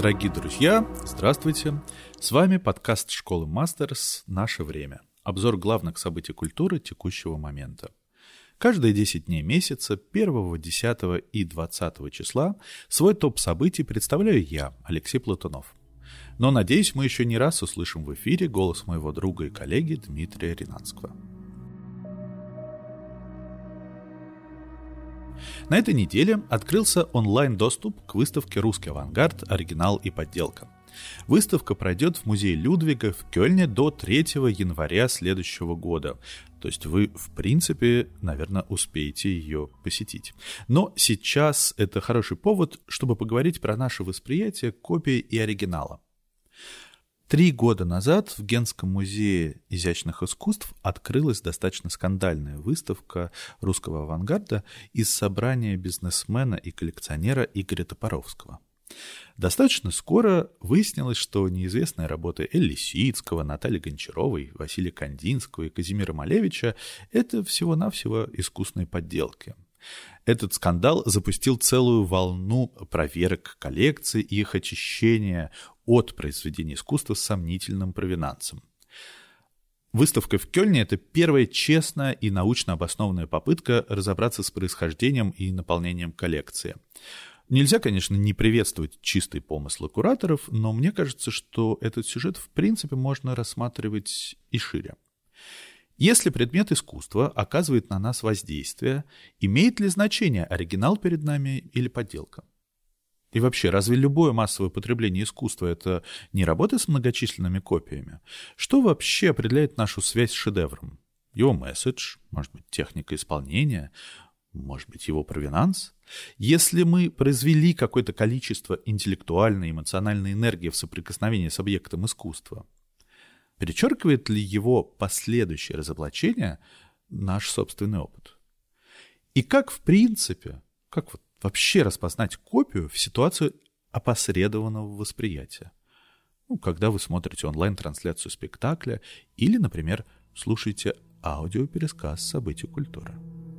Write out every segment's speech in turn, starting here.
Дорогие друзья, здравствуйте! С вами подкаст школы Мастерс «Наше время». Обзор главных событий культуры текущего момента. Каждые 10 дней месяца, 1, 10 и 20 числа, свой топ событий представляю я, Алексей Платунов. Но, надеюсь, мы еще не раз услышим в эфире голос моего друга и коллеги Дмитрия Ринатского. На этой неделе открылся онлайн-доступ к выставке «Русский авангард. Оригинал и подделка». Выставка пройдет в музее Людвига в Кёльне до 3 января следующего года. То есть вы, в принципе, наверное, успеете ее посетить. Но сейчас это хороший повод, чтобы поговорить про наше восприятие копии и оригинала. 3 года назад в Генском музее изящных искусств открылась достаточно скандальная выставка русского авангарда из собрания бизнесмена и коллекционера Игоря Топоровского. Достаточно скоро выяснилось, что неизвестные работы Элли Сицкого, Натальи Гончаровой, Василия Кандинского и Казимира Малевича – это всего-навсего искусные подделки. Этот скандал запустил целую волну проверок коллекций и их очищения от произведений искусства с сомнительным провинансом. Выставка в Кёльне – это первая честная и научно обоснованная попытка разобраться с происхождением и наполнением коллекции. Нельзя, конечно, не приветствовать чистые помыслы кураторов, но мне кажется, что этот сюжет в принципе можно рассматривать и шире. Если предмет искусства оказывает на нас воздействие, имеет ли значение оригинал перед нами или подделка? И вообще, разве любое массовое потребление искусства – это не работа с многочисленными копиями? Что вообще определяет нашу связь с шедевром? Его месседж, может быть, техника исполнения, может быть, его провинанс? Если мы произвели какое-то количество интеллектуальной и эмоциональной энергии в соприкосновении с объектом искусства, перечеркивает ли его последующее разоблачение наш собственный опыт? И как, в принципе, как вот вообще распознать копию в ситуации опосредованного восприятия? Когда вы смотрите онлайн-трансляцию спектакля или, например, слушаете аудиопересказ событий культуры.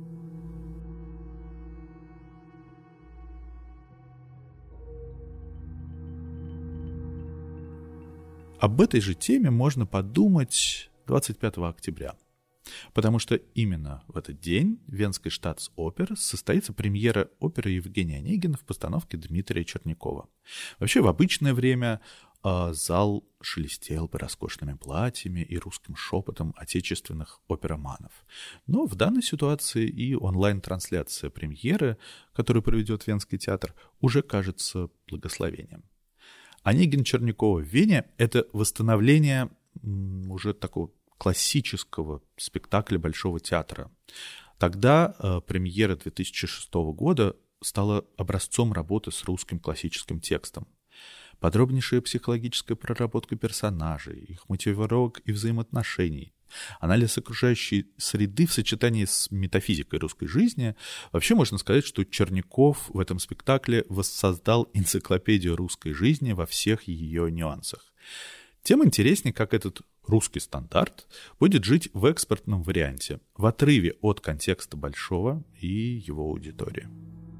Об этой же теме можно подумать 25 октября, потому что именно в этот день в Венской Штатс-Опер состоится премьера оперы Евгения Онегина в постановке Дмитрия Чернякова. Вообще в обычное время зал шелестел бы роскошными платьями и русским шепотом отечественных опероманов. Но в данной ситуации и онлайн-трансляция премьеры, которую проведет Венский театр, уже кажется благословением. Онегин Чернякова в Вене – это восстановление уже такого классического спектакля Большого театра. Тогда премьера 2006 года стала образцом работы с русским классическим текстом. Подробнейшая психологическая проработка персонажей, их мотивировок и взаимоотношений, анализ окружающей среды в сочетании с метафизикой русской жизни. Вообще можно сказать, что Черняков в этом спектакле воссоздал энциклопедию русской жизни во всех ее нюансах. Тем интереснее, как этот русский стандарт будет жить в экспортном варианте, в отрыве от контекста Большого и его аудитории.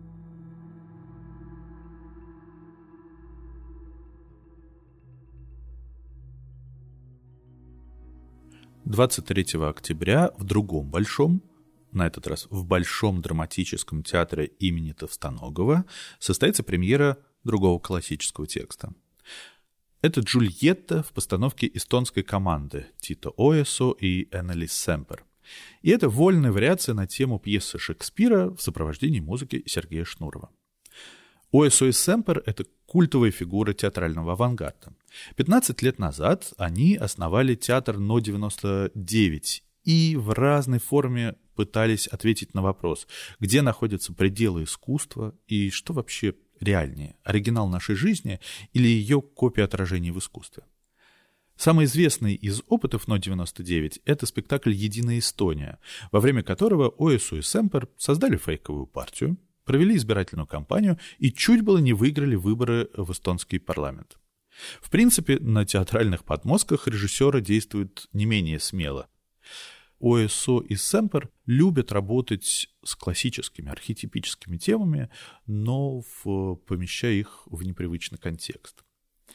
– 23 октября в другом Большом, на этот раз в Большом драматическом театре имени Товстоногова, состоится премьера другого классического текста. Это «Джульетта» в постановке эстонской команды Тито Оесо и Эннелис Семпер. И это вольная вариация на тему пьесы Шекспира в сопровождении музыки Сергея Шнурова. Оесо и Семпер – это культовые фигуры театрального авангарда. 15 лет назад они основали театр НО-99 и в разной форме пытались ответить на вопрос, где находятся пределы искусства и что вообще реальнее – оригинал нашей жизни или ее копия отражений в искусстве. Самый известный из опытов НО-99 – это спектакль «Единая Эстония», во время которого Оесо и Семпер создали фейковую партию, провели избирательную кампанию и чуть было не выиграли выборы в эстонский парламент. В принципе, на театральных подмостках режиссеры действуют не менее смело. Оесо и Семпер любят работать с классическими архетипическими темами, но помещая их в непривычный контекст.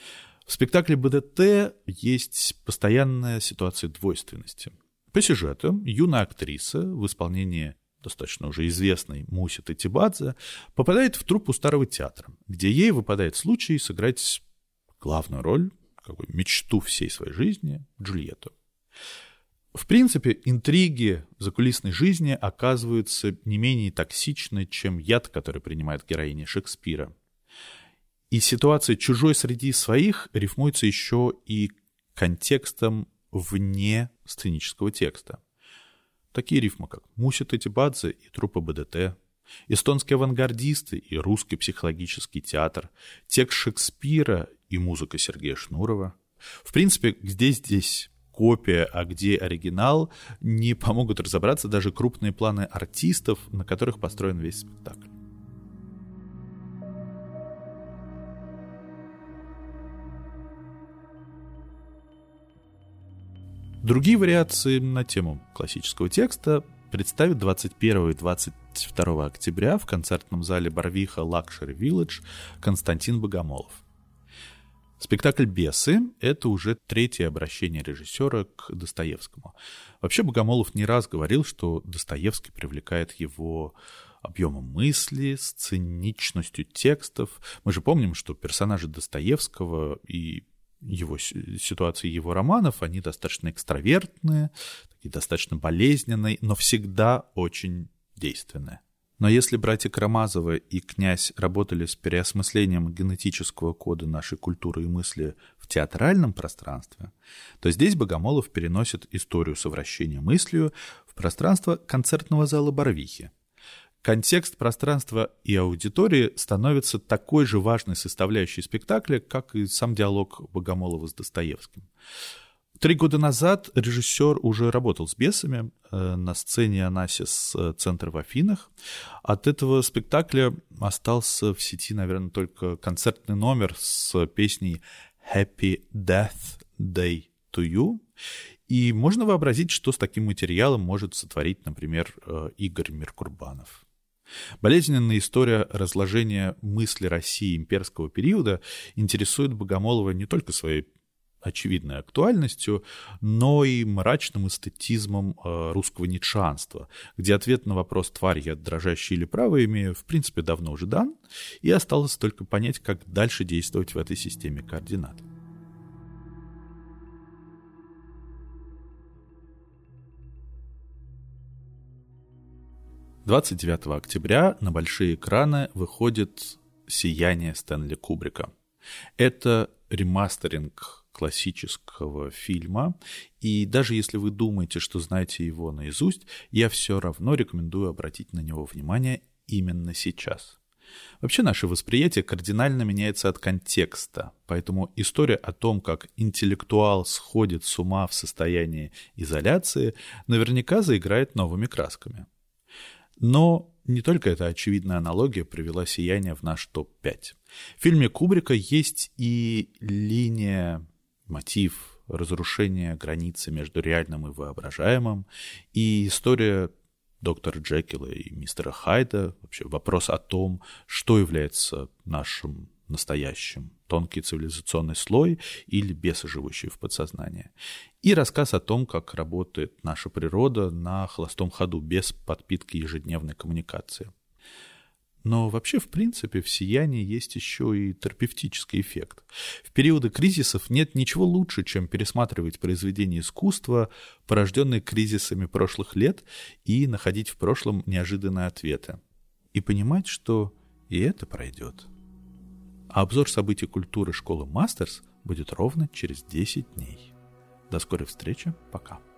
В спектакле БДТ есть постоянная ситуация двойственности. По сюжету юная актриса в исполнении достаточно уже известной Муси Тотибадзе попадает в труппу Старого театра, где ей выпадает случай сыграть главную роль, мечту всей своей жизни, Джульетту. В принципе, интриги закулисной жизни оказываются не менее токсичны, чем яд, который принимает героиня Шекспира. И ситуация «чужой среди своих» рифмуется еще и контекстом вне сценического текста. Такие рифмы, как Муси Тотибадзе и труппа БДТ, эстонские авангардисты и русский психологический театр, текст Шекспира и музыка Сергея Шнурова. В принципе, где здесь копия, а где оригинал, не помогут разобраться даже крупные планы артистов, на которых построен весь спектакль. Другие вариации на тему классического текста представят 21 и 22 октября в концертном зале Барвиха Luxury Village Константин Богомолов. Спектакль «Бесы» — это уже третье обращение режиссера к Достоевскому. Вообще Богомолов не раз говорил, что Достоевский привлекает его объемом мысли, сценичностью текстов. Мы же помним, что персонажи Достоевского и его ситуации, его романов, они достаточно экстравертные, такие достаточно болезненные, но всегда очень действенные. Но если братья Карамазовы и князь работали с переосмыслением генетического кода нашей культуры и мысли в театральном пространстве, то здесь Богомолов переносит историю совращения мыслью в пространство концертного зала Барвихи. Контекст пространства и аудитории становится такой же важной составляющей спектакля, как и сам диалог Богомолова с Достоевским. 3 года назад режиссер уже работал с «Бесами» на сцене Анасис центра в Афинах. От этого спектакля остался в сети, наверное, только концертный номер с песней «Happy Death Day to You». И можно вообразить, что с таким материалом может сотворить, например, Игорь Меркурбанов. Болезненная история разложения мысли России имперского периода интересует Богомолова не только своей очевидной актуальностью, но и мрачным эстетизмом русского ницшеанства, где ответ на вопрос «тварь я дрожащий или правыми» в принципе давно уже дан, и осталось только понять, как дальше действовать в этой системе координат. — 29 октября на большие экраны выходит «Сияние» Стэнли Кубрика. Это ремастеринг классического фильма, и даже если вы думаете, что знаете его наизусть, я все равно рекомендую обратить на него внимание именно сейчас. Вообще наше восприятие кардинально меняется от контекста, поэтому история о том, как интеллектуал сходит с ума в состоянии изоляции, наверняка заиграет новыми красками. Но не только эта очевидная аналогия привела «Сияние» в наш топ-5. В фильме Кубрика есть и линия, мотив разрушения границы между реальным и воображаемым, и история доктора Джекила и мистера Хайда, вообще вопрос о том, что является нашим настоящим, тонкий цивилизационный слой или бесы, живущие в подсознании. И рассказ о том, как работает наша природа на холостом ходу, без подпитки ежедневной коммуникации. Но вообще, в принципе, в «Сиянии» есть еще и терапевтический эффект. В периоды кризисов нет ничего лучше, чем пересматривать произведения искусства, порожденные кризисами прошлых лет, и находить в прошлом неожиданные ответы. И понимать, что и это пройдет. А обзор событий культуры школы Мастерс будет ровно через 10 дней. До скорой встречи. Пока.